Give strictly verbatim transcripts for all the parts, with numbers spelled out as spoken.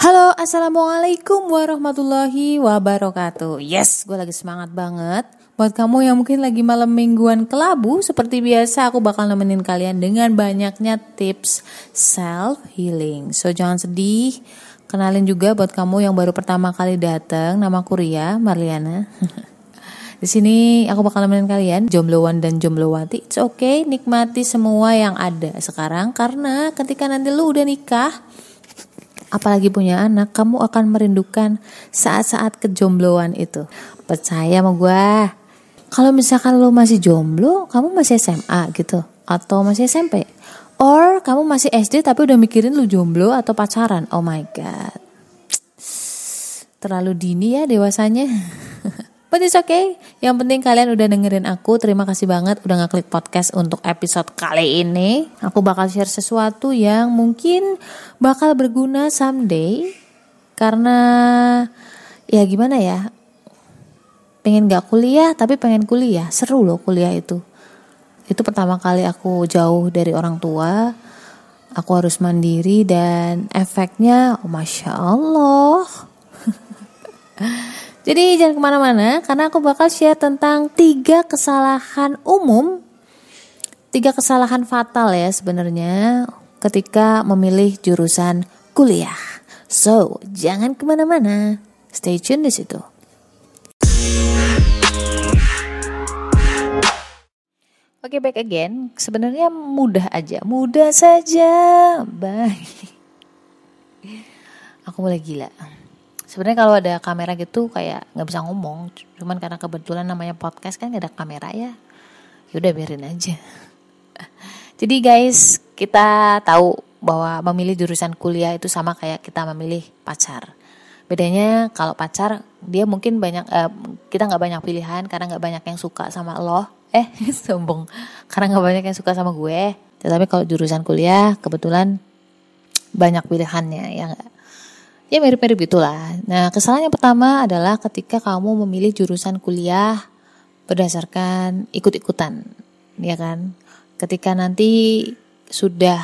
Halo, assalamualaikum warahmatullahi wabarakatuh. Yes, gue lagi semangat banget. Buat kamu yang mungkin lagi malam mingguan kelabu, seperti biasa aku bakal nemenin kalian dengan banyaknya tips self healing. So jangan sedih. Kenalin juga buat kamu yang baru pertama kali datang, nama aku Ria Marliana. Di sini aku bakal nemenin kalian, jombloan dan jomblowati. It's okay, nikmati semua yang ada sekarang karena ketika nanti lu udah nikah, apalagi punya anak, kamu akan merindukan saat-saat kejombloan itu. Percaya sama gue. Kalau misalkan lo masih jomblo, kamu masih S M A gitu, atau masih S M P, or kamu masih S D tapi udah mikirin lo jomblo atau pacaran. Oh my god, terlalu dini ya dewasanya. But it's okay. Yang penting kalian udah dengerin aku. Terima kasih banget udah ngeklik podcast untuk episode kali ini. Aku bakal share sesuatu yang mungkin bakal berguna someday. Karena ya gimana ya, pengen gak kuliah tapi pengen kuliah. Seru loh kuliah itu. Itu pertama kali aku jauh dari orang tua. Aku harus mandiri dan efeknya oh Masya Allah. Jadi jangan kemana-mana karena aku bakal share tentang tiga kesalahan umum, tiga kesalahan fatal ya sebenarnya ketika memilih jurusan kuliah. So jangan kemana-mana, stay tune di situ. Oke, back again. Sebenarnya mudah aja, mudah saja. Bye. Aku mulai gila. Sebenarnya kalau ada kamera gitu kayak nggak bisa ngomong, cuman karena kebetulan namanya podcast kan gak ada kamera ya, yaudah biarin aja. Jadi guys, kita tahu bahwa memilih jurusan kuliah itu sama kayak kita memilih pacar. Bedanya kalau pacar dia mungkin banyak, eh, kita nggak banyak pilihan karena nggak banyak yang suka sama lo, eh sombong, karena nggak banyak yang suka sama gue. Tetapi kalau jurusan kuliah kebetulan banyak pilihannya ya nggak? Ya mirip-mirip gitulah. Nah, kesalahan yang pertama adalah ketika kamu memilih jurusan kuliah berdasarkan ikut-ikutan, ya kan? Ketika nanti sudah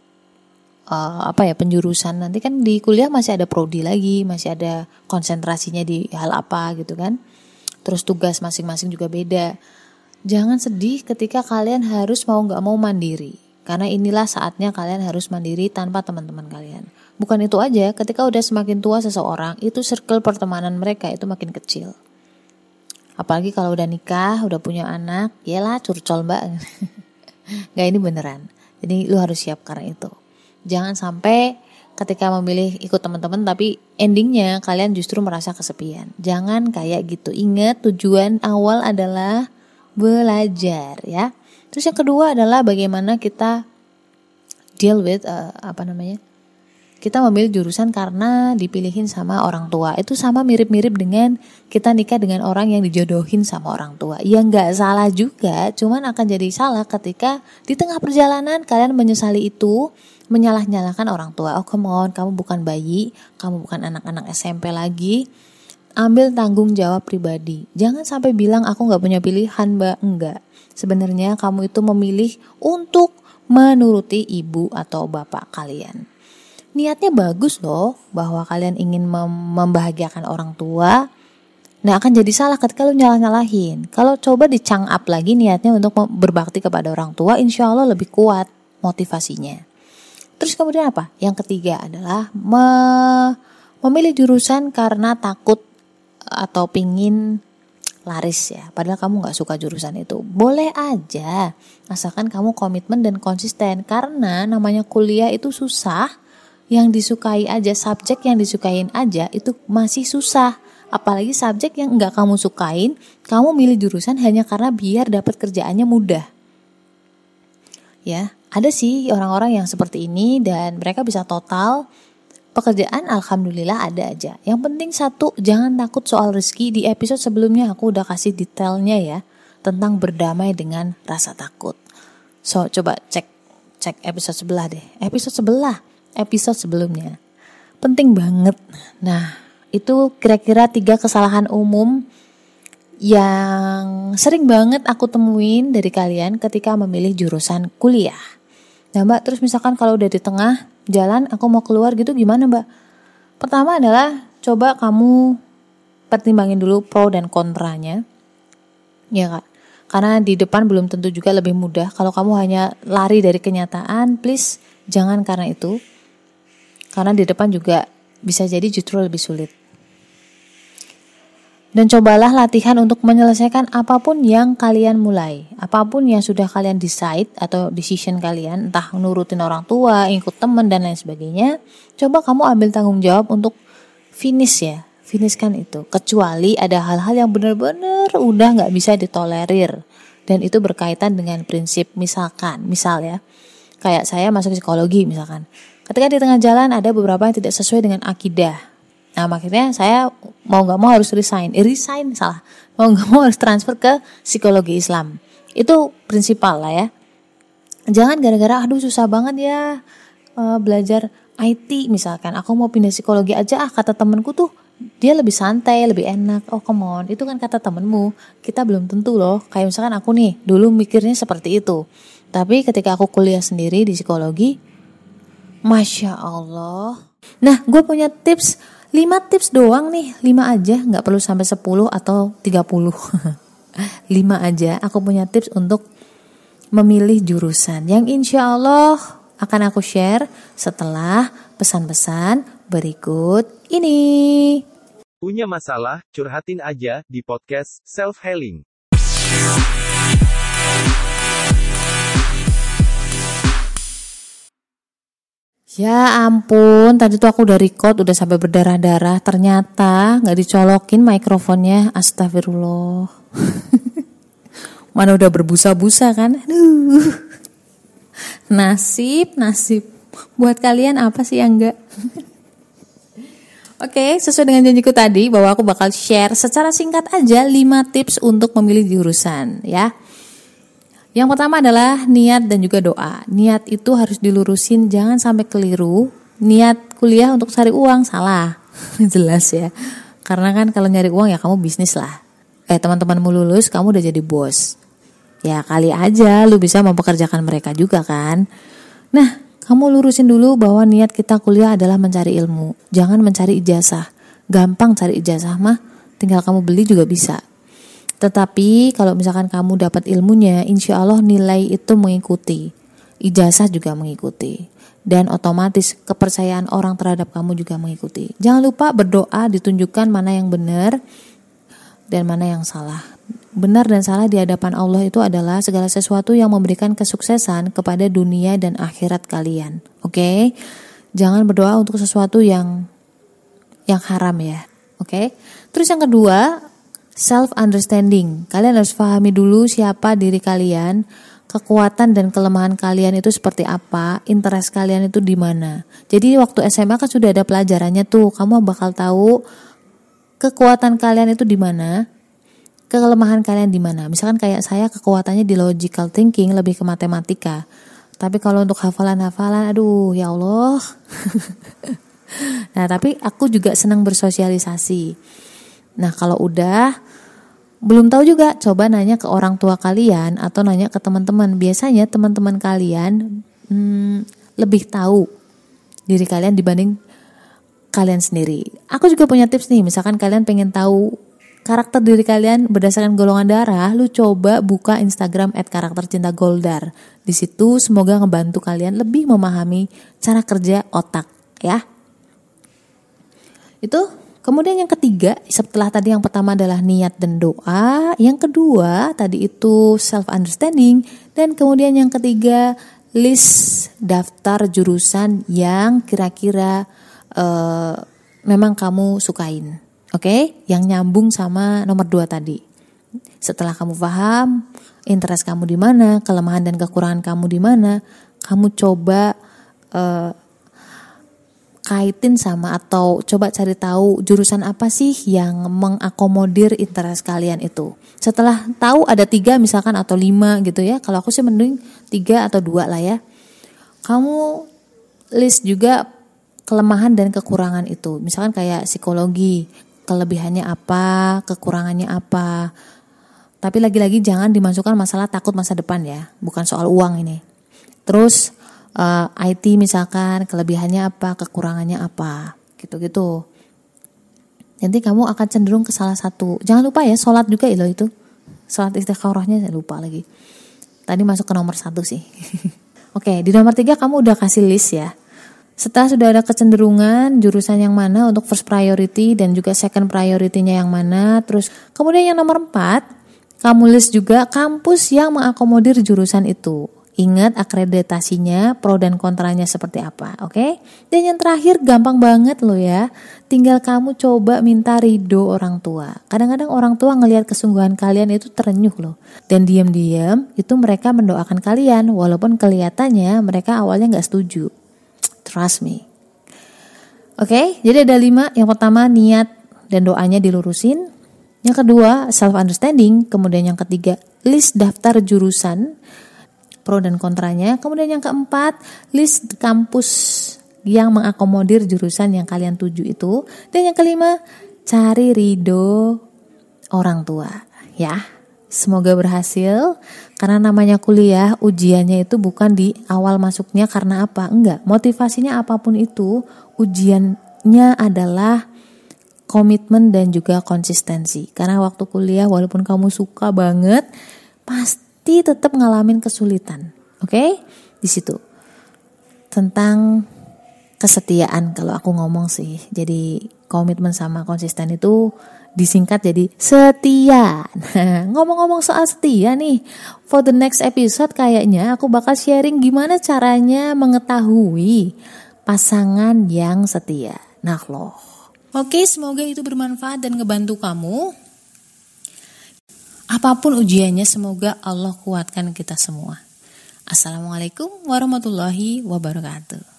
uh, apa ya penjurusan, nanti kan di kuliah masih ada prodi lagi, masih ada konsentrasinya di hal apa gitu kan? Terus tugas masing-masing juga beda. Jangan sedih ketika kalian harus mau nggak mau mandiri, karena inilah saatnya kalian harus mandiri tanpa teman-teman kalian. Bukan itu aja, ketika udah semakin tua seseorang, itu circle pertemanan mereka itu makin kecil. Apalagi kalau udah nikah, udah punya anak, yalah curcol mbak. Gak, ini beneran. Jadi lu harus siap karena itu. Jangan sampai ketika memilih ikut teman-teman, tapi endingnya kalian justru merasa kesepian. Jangan kayak gitu. Ingat tujuan awal adalah belajar ya. Terus yang kedua adalah bagaimana kita deal with uh, apa namanya? Kita memilih jurusan karena dipilihin sama orang tua. Itu sama mirip-mirip dengan kita nikah dengan orang yang dijodohin sama orang tua. Ya nggak salah juga, cuman akan jadi salah ketika di tengah perjalanan kalian menyesali itu, menyalah-nyalahkan orang tua. Oh come on, kamu bukan bayi, kamu bukan anak-anak S M P lagi. Ambil tanggung jawab pribadi. Jangan sampai bilang aku nggak punya pilihan mbak. Enggak. Sebenarnya kamu itu memilih untuk menuruti ibu atau bapak kalian. Niatnya bagus loh, bahwa kalian ingin mem- membahagiakan orang tua. Nah akan jadi salah ketika lu nyalah-nyalahin. Kalau coba dicang up lagi niatnya untuk berbakti kepada orang tua, insya Allah lebih kuat motivasinya. Terus kemudian apa? Yang ketiga adalah me- memilih jurusan karena takut atau pingin laris ya. Padahal kamu gak suka jurusan itu. Boleh aja, asalkan kamu komitmen dan konsisten. Karena namanya kuliah itu susah. Yang disukai aja, subjek yang disukain aja itu masih susah. Apalagi subjek yang enggak kamu sukain, kamu milih jurusan hanya karena biar dapat kerjaannya mudah. Ya, ada sih orang-orang yang seperti ini dan mereka bisa total pekerjaan, alhamdulillah ada aja. Yang penting satu, jangan takut soal rezeki. Di episode sebelumnya aku udah kasih detailnya ya tentang berdamai dengan rasa takut. So, coba cek cek episode sebelah deh. Episode sebelah. episode sebelumnya penting banget. Nah itu kira-kira tiga kesalahan umum yang sering banget aku temuin dari kalian ketika memilih jurusan kuliah. Nah mbak, terus misalkan kalau udah di tengah jalan aku mau keluar gitu gimana mbak? Pertama adalah coba kamu pertimbangin dulu pro dan kontranya. Ya Kak. Karena di depan belum tentu juga lebih mudah. Kalau kamu hanya lari dari kenyataan, please jangan karena itu. Karena di depan juga bisa jadi justru lebih sulit. Dan cobalah latihan untuk menyelesaikan apapun yang kalian mulai. Apapun yang sudah kalian decide atau decision kalian, entah nurutin orang tua, ikut teman dan lain sebagainya. Coba kamu ambil tanggung jawab untuk finish ya. Finishkan itu. Kecuali ada hal-hal yang benar-benar udah gak bisa ditolerir. Dan itu berkaitan dengan prinsip. Misalkan, misal ya. Kayak saya masuk psikologi misalkan. Ketika di tengah jalan ada beberapa yang tidak sesuai dengan akidah. Nah makanya saya mau gak mau harus resign eh, Resign salah Mau gak mau harus transfer ke psikologi Islam. Itu prinsipal lah ya. Jangan gara-gara aduh susah banget ya uh, belajar I T misalkan, aku mau pindah psikologi aja ah, kata temenku tuh dia lebih santai, lebih enak. Oh come on, itu kan kata temenmu. Kita belum tentu loh. Kayak misalkan aku nih dulu mikirnya seperti itu. Tapi ketika aku kuliah sendiri di psikologi, Masya Allah. Nah gue punya tips lima tips doang nih, lima aja, gak perlu sampai sepuluh atau tiga puluh. lima aja, aku punya tips untuk memilih jurusan yang insya Allah akan aku share setelah pesan-pesan berikut ini. Punya masalah, curhatin aja di podcast Self Healing. Ya ampun, tadi tuh aku udah record, udah sampai berdarah-darah. Ternyata gak dicolokin mikrofonnya, astagfirullah. Mana udah berbusa-busa kan. Aduh. Nasib, nasib. Buat kalian apa sih yang enggak? Oke, sesuai dengan janjiku tadi bahwa aku bakal share secara singkat aja lima tips untuk memilih jurusan ya. Yang pertama adalah niat dan juga doa. Niat itu harus dilurusin, jangan sampai keliru. Niat kuliah untuk cari uang, salah. Jelas ya. Karena kan kalau nyari uang ya kamu bisnis lah. Eh teman-temanmu lulus, kamu udah jadi bos. Ya kali aja lu bisa mempekerjakan mereka juga kan. Nah, kamu lurusin dulu bahwa niat kita kuliah adalah mencari ilmu. Jangan mencari ijazah. Gampang cari ijazah mah, tinggal kamu beli juga bisa. Tetapi kalau misalkan kamu dapat ilmunya, insya Allah nilai itu mengikuti, ijazah juga mengikuti, dan otomatis kepercayaan orang terhadap kamu juga mengikuti. Jangan lupa berdoa, ditunjukkan mana yang benar dan mana yang salah. Benar dan salah di hadapan Allah itu adalah segala sesuatu yang memberikan kesuksesan kepada dunia dan akhirat kalian. Oke, okay? Jangan berdoa untuk sesuatu yang yang haram ya. Oke. Okay? Terus yang kedua, self understanding. Kalian harus pahami dulu siapa diri kalian, kekuatan dan kelemahan kalian itu seperti apa, interest kalian itu di mana. Jadi waktu S M A kan sudah ada pelajarannya tuh, kamu bakal tahu kekuatan kalian itu di mana, kelemahan kalian di mana. Misalkan kayak saya kekuatannya di logical thinking, lebih ke matematika. Tapi kalau untuk hafalan-hafalan, aduh ya Allah. Nah, tapi aku juga senang bersosialisasi. Nah, kalau udah belum tahu juga, coba nanya ke orang tua kalian atau nanya ke teman-teman. Biasanya teman-teman kalian hmm, lebih tahu diri kalian dibanding kalian sendiri. Aku juga punya tips nih, misalkan kalian pengen tahu karakter diri kalian berdasarkan golongan darah, lu coba buka Instagram et karakter cinta goldar. Di situ semoga ngebantu kalian lebih memahami cara kerja otak, ya. Itu. Kemudian yang ketiga, setelah tadi yang pertama adalah niat dan doa, yang kedua tadi itu self understanding, dan kemudian yang ketiga list daftar jurusan yang kira-kira uh, memang kamu sukain, oke? Okay? Yang nyambung sama nomor dua tadi. Setelah kamu paham interest kamu di mana, kelemahan dan kekurangan kamu di mana, kamu coba uh, kaitin sama atau coba cari tahu jurusan apa sih yang mengakomodir interest kalian itu. Setelah tahu ada tiga misalkan atau lima gitu ya, kalau aku sih mending tiga atau dua lah ya. Kamu list juga kelemahan dan kekurangan itu. Misalkan kayak psikologi, kelebihannya apa, kekurangannya apa. Tapi lagi-lagi jangan dimasukkan masalah takut masa depan ya, bukan soal uang ini. Terus Uh, I T misalkan kelebihannya apa, kekurangannya apa, gitu-gitu. Nanti kamu akan cenderung ke salah satu. Jangan lupa ya, sholat juga ya loh itu. Sholat istikharahnya saya lupa lagi. Tadi masuk ke nomor satu sih. Oke, di nomor tiga kamu udah kasih list ya. Setelah sudah ada kecenderungan jurusan yang mana untuk first priority dan juga second priority-nya yang mana. Terus kemudian yang nomor empat, kamu list juga kampus yang mengakomodir jurusan itu. Ingat akreditasinya, pro dan kontranya seperti apa, oke? Okay? Dan yang terakhir gampang banget loh ya. Tinggal kamu coba minta ridho orang tua. Kadang-kadang orang tua ngelihat kesungguhan kalian itu terenyuh loh. Dan diam-diam itu mereka mendoakan kalian walaupun kelihatannya mereka awalnya gak setuju. Trust me. Oke, okay? Jadi ada lima. Yang pertama niat dan doanya dilurusin. Yang kedua self understanding. Kemudian yang ketiga list daftar jurusan, pro dan kontranya. Kemudian yang keempat, list kampus yang mengakomodir jurusan yang kalian tuju itu. Dan yang kelima, cari ridho orang tua. Ya, semoga berhasil. Karena namanya kuliah, ujiannya itu bukan di awal masuknya karena apa? Enggak, motivasinya apapun itu, ujiannya adalah komitmen dan juga konsistensi. Karena waktu kuliah walaupun kamu suka banget, pasti tetap ngalamin kesulitan. Oke? Okay? Di situ. Tentang kesetiaan kalau aku ngomong sih. Jadi komitmen sama konsisten itu disingkat jadi setia. Nah, ngomong-ngomong soal setia nih, for the next episode kayaknya aku bakal sharing gimana caranya mengetahui pasangan yang setia. Nah loh. Oke, semoga itu bermanfaat dan ngebantu kamu. Apapun ujiannya, semoga Allah kuatkan kita semua. Assalamualaikum warahmatullahi wabarakatuh.